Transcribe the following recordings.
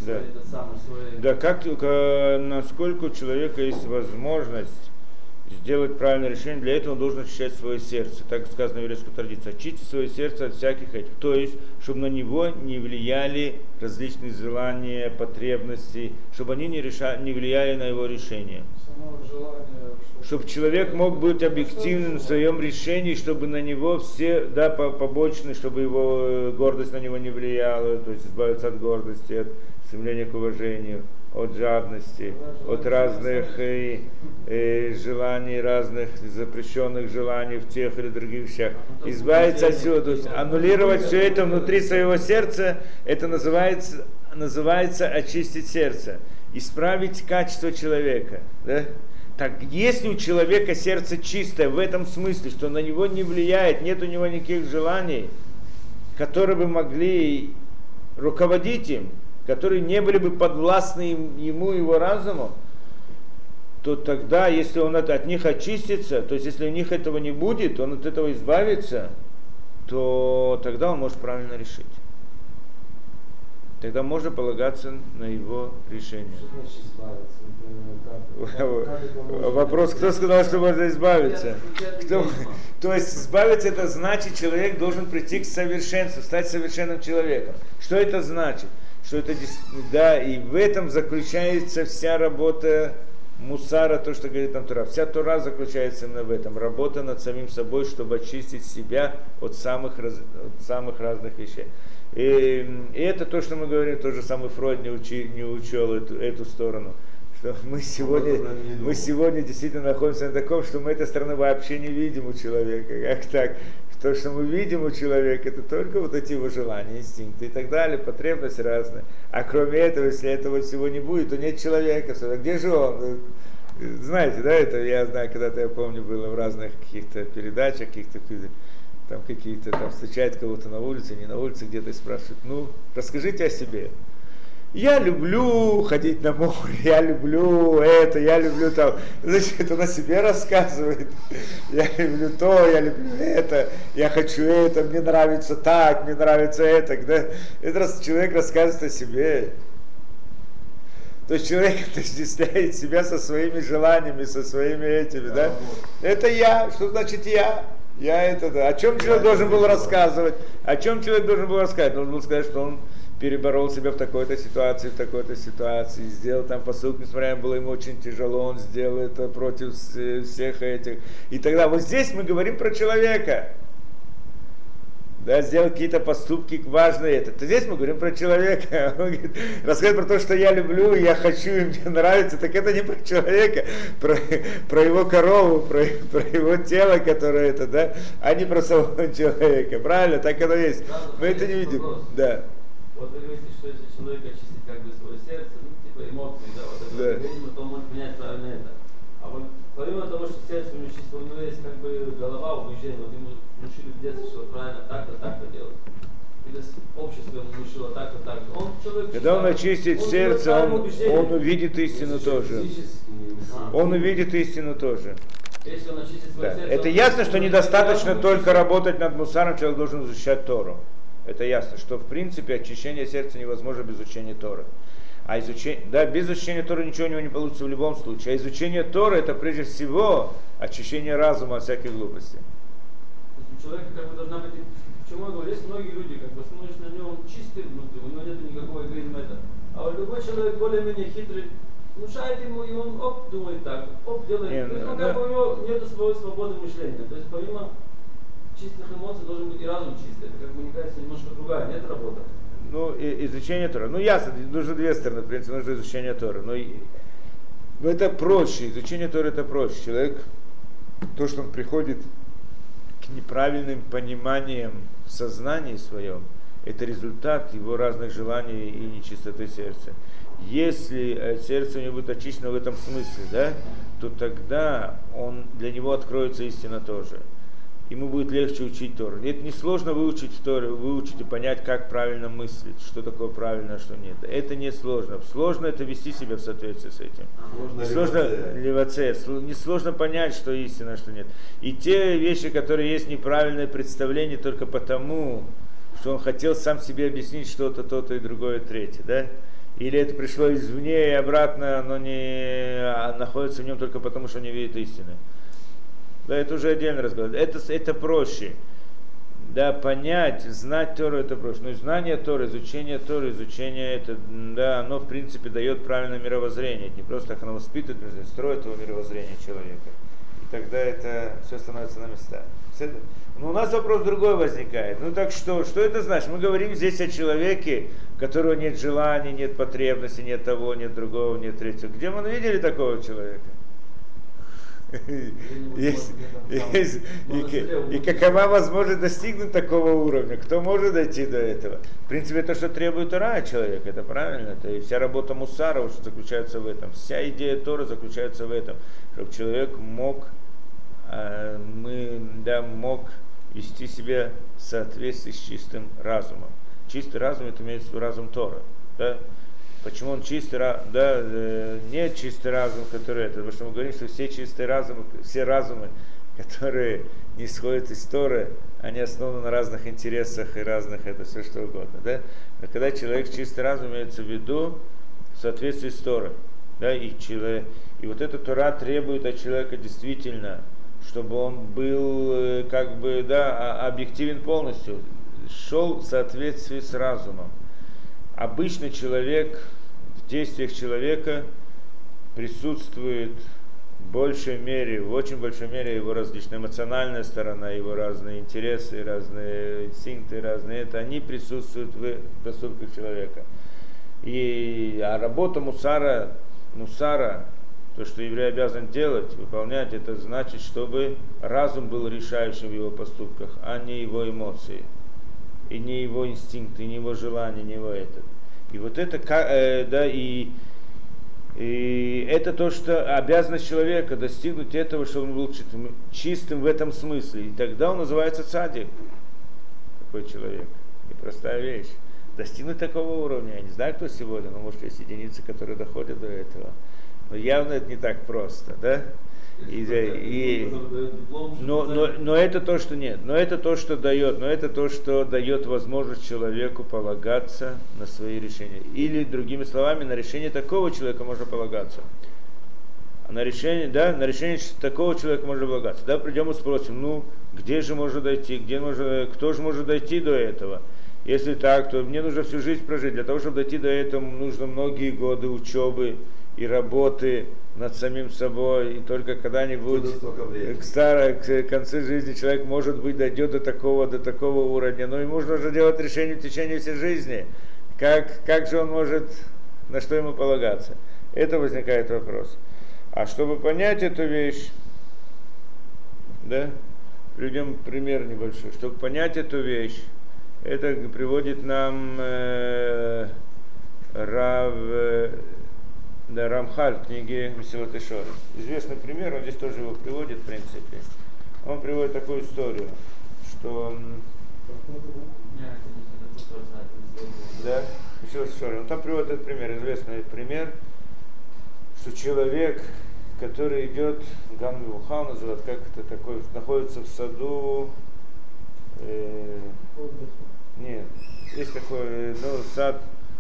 Да. Да, как только, насколько у человека есть возможность сделать правильное решение, для этого он должен очищать свое сердце. Так сказано в еврейской традиции. Очистить свое сердце от всяких этих. То есть, чтобы на него не влияли различные желания, потребности, чтобы они не влияли на его решение. Чтобы человек мог быть объективным в своем решении, чтобы на него все, да, побочные, чтобы его гордость на него не влияла, то есть избавиться от гордости, от стремления к уважению, от жадности, от разных желаний, разных запрещенных желаний в тех или других вещах. Избавиться от всего, то есть аннулировать все это внутри своего сердца, это называется очистить сердце, исправить качество человека. Да? Так, если у человека сердце чистое в этом смысле, что на него не влияет, нет у него никаких желаний, которые бы могли руководить им, которые не были бы подвластны ему и его разуму, то тогда, если он от них очистится, то есть если у них этого не будет, он от этого избавится, то тогда он может правильно решить. Тогда можно полагаться на его решение. Вопрос, кто сказал, что можно избавиться? То есть избавиться, это значит, человек должен прийти к совершенству, стать совершенным человеком. Что это значит? Что это, да, и в этом заключается вся работа мусара, то, что говорит нам Тора. Вся Тора заключается именно в этом. Работа над самим собой, чтобы очистить себя от самых разных вещей. И это то, что мы говорим, тот же самый Фройд не учел эту сторону. Что мы сегодня действительно находимся на таком, что мы этой стороны вообще не видим у человека. Как так? То, что мы видим у человека, это только вот эти его желания, инстинкты и так далее, потребности разные. А кроме этого, если этого всего не будет, то нет человека. Где же он? Знаете, да, это я знаю, когда-то я помню, было в разных каких-то передачах, там встречают кого-то на улице, не на улице, где-то и спрашивают, расскажите о себе. Я люблю ходить на море, я люблю это, я люблю там. Значит, он о себе рассказывает. Я люблю то, я люблю это, я хочу это, мне нравится так, мне нравится это. Да? Это раз человек рассказывает о себе. То есть человек отождествляет себя со своими желаниями, со своими этими, да? Это я, что значит я? Я это, да. О чем человек должен был рассказывать? О чем человек должен был рассказывать? Должен был сказать, что он переборол себя в такой-то ситуации, сделал там посылку, несмотря на было ему очень тяжело, он сделал это против всех этих. И тогда вот здесь мы говорим про человека. Да, сделал какие-то поступки важные. То здесь мы говорим про человека. Он говорит, рассказывает про то, что я люблю, я хочу, и мне нравится. Так это не про человека, про его корову, про его тело, которое это, да, а не про самого человека. Правильно? Так оно есть. Мы это не видим. Да. Вот вы говорите, что если человек очистит как бы свое сердце, типа эмоции, да, вот это, видимо, то он может понять правильно это. А вот помимо того, что сердце у него чисто, у него есть как бы голова убеждения, вот ему внушили в детстве, что правильно так-то делать. Или общество ему внушило так-то, так-то. Когда он очистит сердце, он увидит истину тоже. Он увидит истину тоже. Если он очистит свое сердце, это ясно, что недостаточно только работать над мусаром, человек должен изучать Тору. Это ясно, что в принципе очищение сердца невозможно без изучения Торы. А без изучения Торы ничего у него не получится в любом случае. А изучение Торы это прежде всего очищение разума от всяких глупостей. У человека как бы должна быть, почему я говорю, есть многие люди, как бы смотришь на него, он чистый внутри, у него нет никакого эгоизма. А вот любой человек более-менее хитрый, внушает ему, и он думает так, делает. То есть он как бы у него нет своей свободы мышления. То есть помимо чистых эмоций должен быть и разум чистый. Это, как бы, мне кажется, немножко другая, нет работа. Изучение Торы. Ясно, нужно две стороны, в принципе, нужно изучение Торы. Но это проще, изучение Торы это проще. Человек, то, что он приходит к неправильным пониманиям в сознании своем, это результат его разных желаний и нечистоты сердца. Если сердце у него будет очищено в этом смысле, да, то тогда для него откроется истина тоже. Ему будет легче учить Тору. Это несложно выучить Тору, выучить и понять, как правильно мыслить, что такое правильно, а что нет. Это не сложно. Сложно это вести себя в соответствии с этим. Несложно понять, что истина, а что нет. И те вещи, которые есть неправильное представление только потому, что он хотел сам себе объяснить что-то, то-то и другое, третье. Да? или это пришло извне и обратно, оно не находится в нем только потому, что не видит истины. Да, это уже отдельный разговор. Это проще. Да, понять, знать Тору это проще. Но знание Торы, изучение это, да, оно в принципе дает правильное мировоззрение. Это не просто так оно воспитывает, строит его мировоззрение человека. И тогда это все становится на места. Но у нас вопрос другой возникает. Ну так что это значит? Мы говорим здесь о человеке, у которого нет желаний, нет потребностей, нет того, нет другого, нет третьего. Где мы видели такого человека? И какова возможность достигнуть такого уровня? Кто может дойти до этого? В принципе, это что требует Тора от человека, это правильно. Это и вся работа мусара заключается в этом. Вся идея Торы заключается в этом, чтобы человек мог вести себя в соответствии с чистым разумом. Чистый разум, это имеется в виду разум Торы. Да? Почему он чистый разум? Да, не чистый разум, который это. Потому что мы говорим, что все чистые разумы, все разумы, которые не исходят из Торы, они основаны на разных интересах и разных, это все что угодно. Да? Но когда человек чистый разум, имеется в виду в соответствии с Торой. Да? И вот эта Тора требует от человека действительно, чтобы он был как бы, да, объективен полностью, шел в соответствии с разумом. Обычно человек, в действиях человека присутствует в большей мере, в очень большой мере его различная эмоциональная сторона, его разные интересы, разные инстинкты, они присутствуют в поступках человека. А работа мусара, то, что еврей обязан делать, выполнять, это значит, чтобы разум был решающим в его поступках, а не его эмоции. И не его инстинкт, и не его желание, не его это. И вот это, да, и это то, что обязанность человека достигнуть этого, чтобы он был чистым в этом смысле. И тогда он называется цадик, такой человек. Непростая вещь. Достигнуть такого уровня, я не знаю, кто сегодня, но может есть единицы, которые доходят до этого. Но явно это не так просто, да? Но это то, что нет, но это то, что дает возможность человеку полагаться на свои решения. Или, другими словами, на решение такого человека можно полагаться. На решение такого человека можно полагаться. Да, придем и спросим, где же можно дойти, кто же может дойти до этого? Если так, то мне нужно всю жизнь прожить. Для того, чтобы дойти до этого, нужно многие годы учебы и работы над самим собой, и только когда-нибудь к концу жизни человек, может быть, дойдет до такого уровня. Но ему нужно делать решение в течение всей жизни. Как же он может, на что ему полагаться? Это возникает вопрос. А чтобы понять эту вещь, да, приведем пример небольшой. Чтобы понять эту вещь, это приводит нам Рамхаль в книге Месилот Йешарим. Известный пример, он здесь тоже его приводит, в принципе. Он приводит такую историю, что... Да, Месилот Йешарим. Он там приводит этот пример, известный пример, что человек, который идет, Ган Милуха называют, как это такое, находится в саду... Нет, есть такой, сад...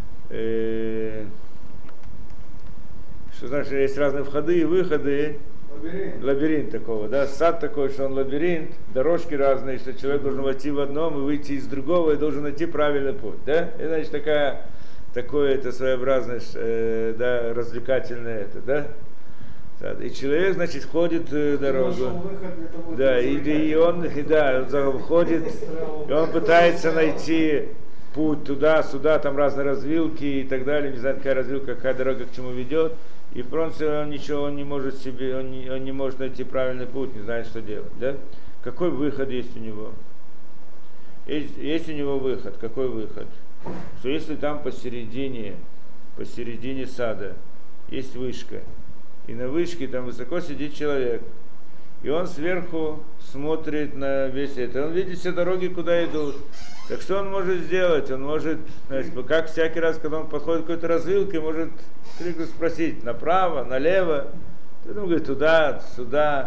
Что значит, есть разные входы и выходы. Лабиринт такого, да, сад такой, что он лабиринт, дорожки разные, что человек должен войти в одном и выйти из другого и должен найти правильный путь, да? И значит такое это своеобразное, да, развлекательное это, да? И человек, значит, ходит дорогу, да, и он заходит, и он пытается найти путь туда-сюда, там разные развилки и так далее, не знаю, какая развилка, какая дорога к чему ведет. И в принципе он не может найти правильный путь, не знает, что делать. Да? Какой выход есть у него? Есть у него выход. Какой выход? Что если там посередине сада есть вышка, и на вышке там высоко сидит человек, и он сверху смотрит на весь это, он видит все дороги, куда идут. Так что он может сделать? Он может, значит, как всякий раз, когда он подходит к какой-то развилке, может крикнуть, спросить, направо, налево. Он говорит, туда, сюда.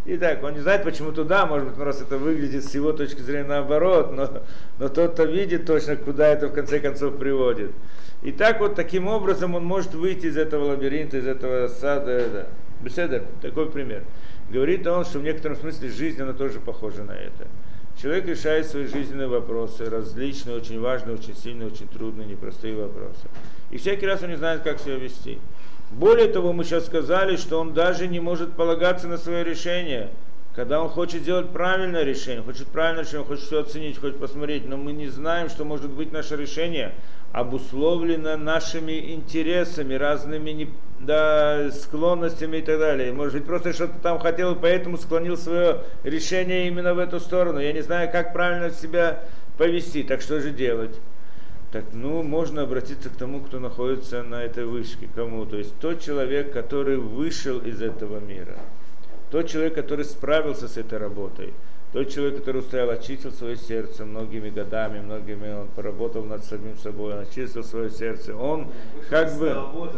И так, он не знает, почему туда, может быть, раз это выглядит с его точки зрения наоборот, но тот-то видит точно, куда это в конце концов приводит. И так вот, таким образом он может выйти из этого лабиринта, из этого сада. Да. Беседер, такой пример. Говорит он, что в некотором смысле жизнь, она тоже похожа на это. Человек решает свои жизненные вопросы, различные, очень важные, очень сильные, очень трудные, непростые вопросы. И всякий раз он не знает, как себя вести. Более того, мы сейчас сказали, что он даже не может полагаться на свое решение. Когда он хочет сделать правильное решение, хочет все оценить, хочет посмотреть, но мы не знаем, что может быть наше решение обусловлено нашими интересами, разными склонностями и так далее. Может быть, просто что-то там хотел, и поэтому склонил свое решение именно в эту сторону. Я не знаю, как правильно себя повести, так что же делать? Так, можно обратиться к тому, кто находится на этой вышке. Кому? То есть тот человек, который вышел из этого мира. Тот человек, который справился с этой работой. Тот человек, который устоял, очистил свое сердце многими годами, он поработал над самим собой, он очистил свое сердце. Он как бы...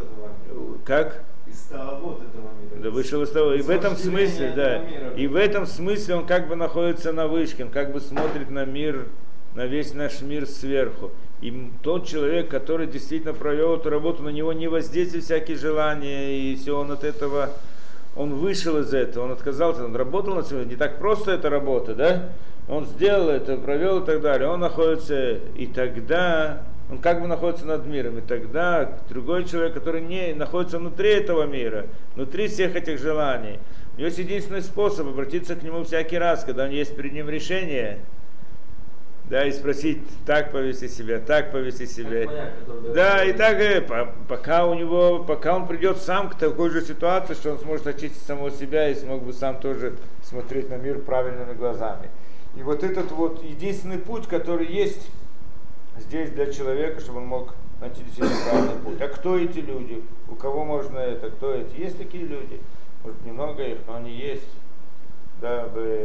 Как? Из того этого мира. Да, вышел из того. И в этом смысле, да. И в этом смысле он как бы находится на вышке, он как бы смотрит на мир, на весь наш мир сверху. И тот человек, который действительно провел эту работу, на него не воздействуют всякие желания, и все, он от этого, он вышел из этого, он отказался, он работал над собой, не так просто эта работа, да? Он сделал это, провел и так далее, он находится, и тогда, он как бы находится над миром, и тогда другой человек, который не находится внутри этого мира, внутри всех этих желаний, у него есть единственный способ обратиться к нему всякий раз, когда у него есть перед ним решение, да, и спросить, так повести себя, так повести себя. Да, и так, пока он придет сам к такой же ситуации, что он сможет очистить самого себя и смог бы сам тоже смотреть на мир правильными глазами. И вот этот вот единственный путь, который есть здесь для человека, чтобы он мог найти действительно правильный путь. А кто эти люди? У кого можно это? Кто эти? Есть такие люди? Может, немного их, но они есть. Да,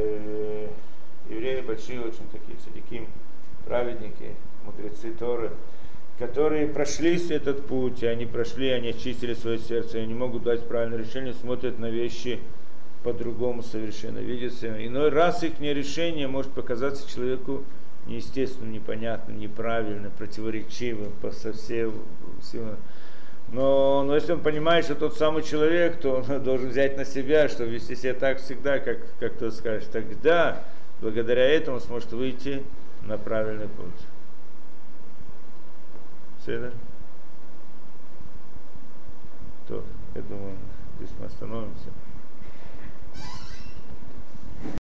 евреи большие очень такие, цадиким, праведники, мудрецы Торы, которые прошли этот путь, и они прошли, они очистили свое сердце, и они могут дать правильное решение, смотрят на вещи по-другому совершенно, видят себя. Иной раз их решение может показаться человеку неестественным, непонятным, неправильным, противоречивым, совсем. Но если он понимает, что тот самый человек, то он должен взять на себя, чтобы вести себя так всегда, как ты скажешь, тогда благодаря этому он сможет выйти на правильный путь. Все, да? То, я думаю, здесь мы остановимся.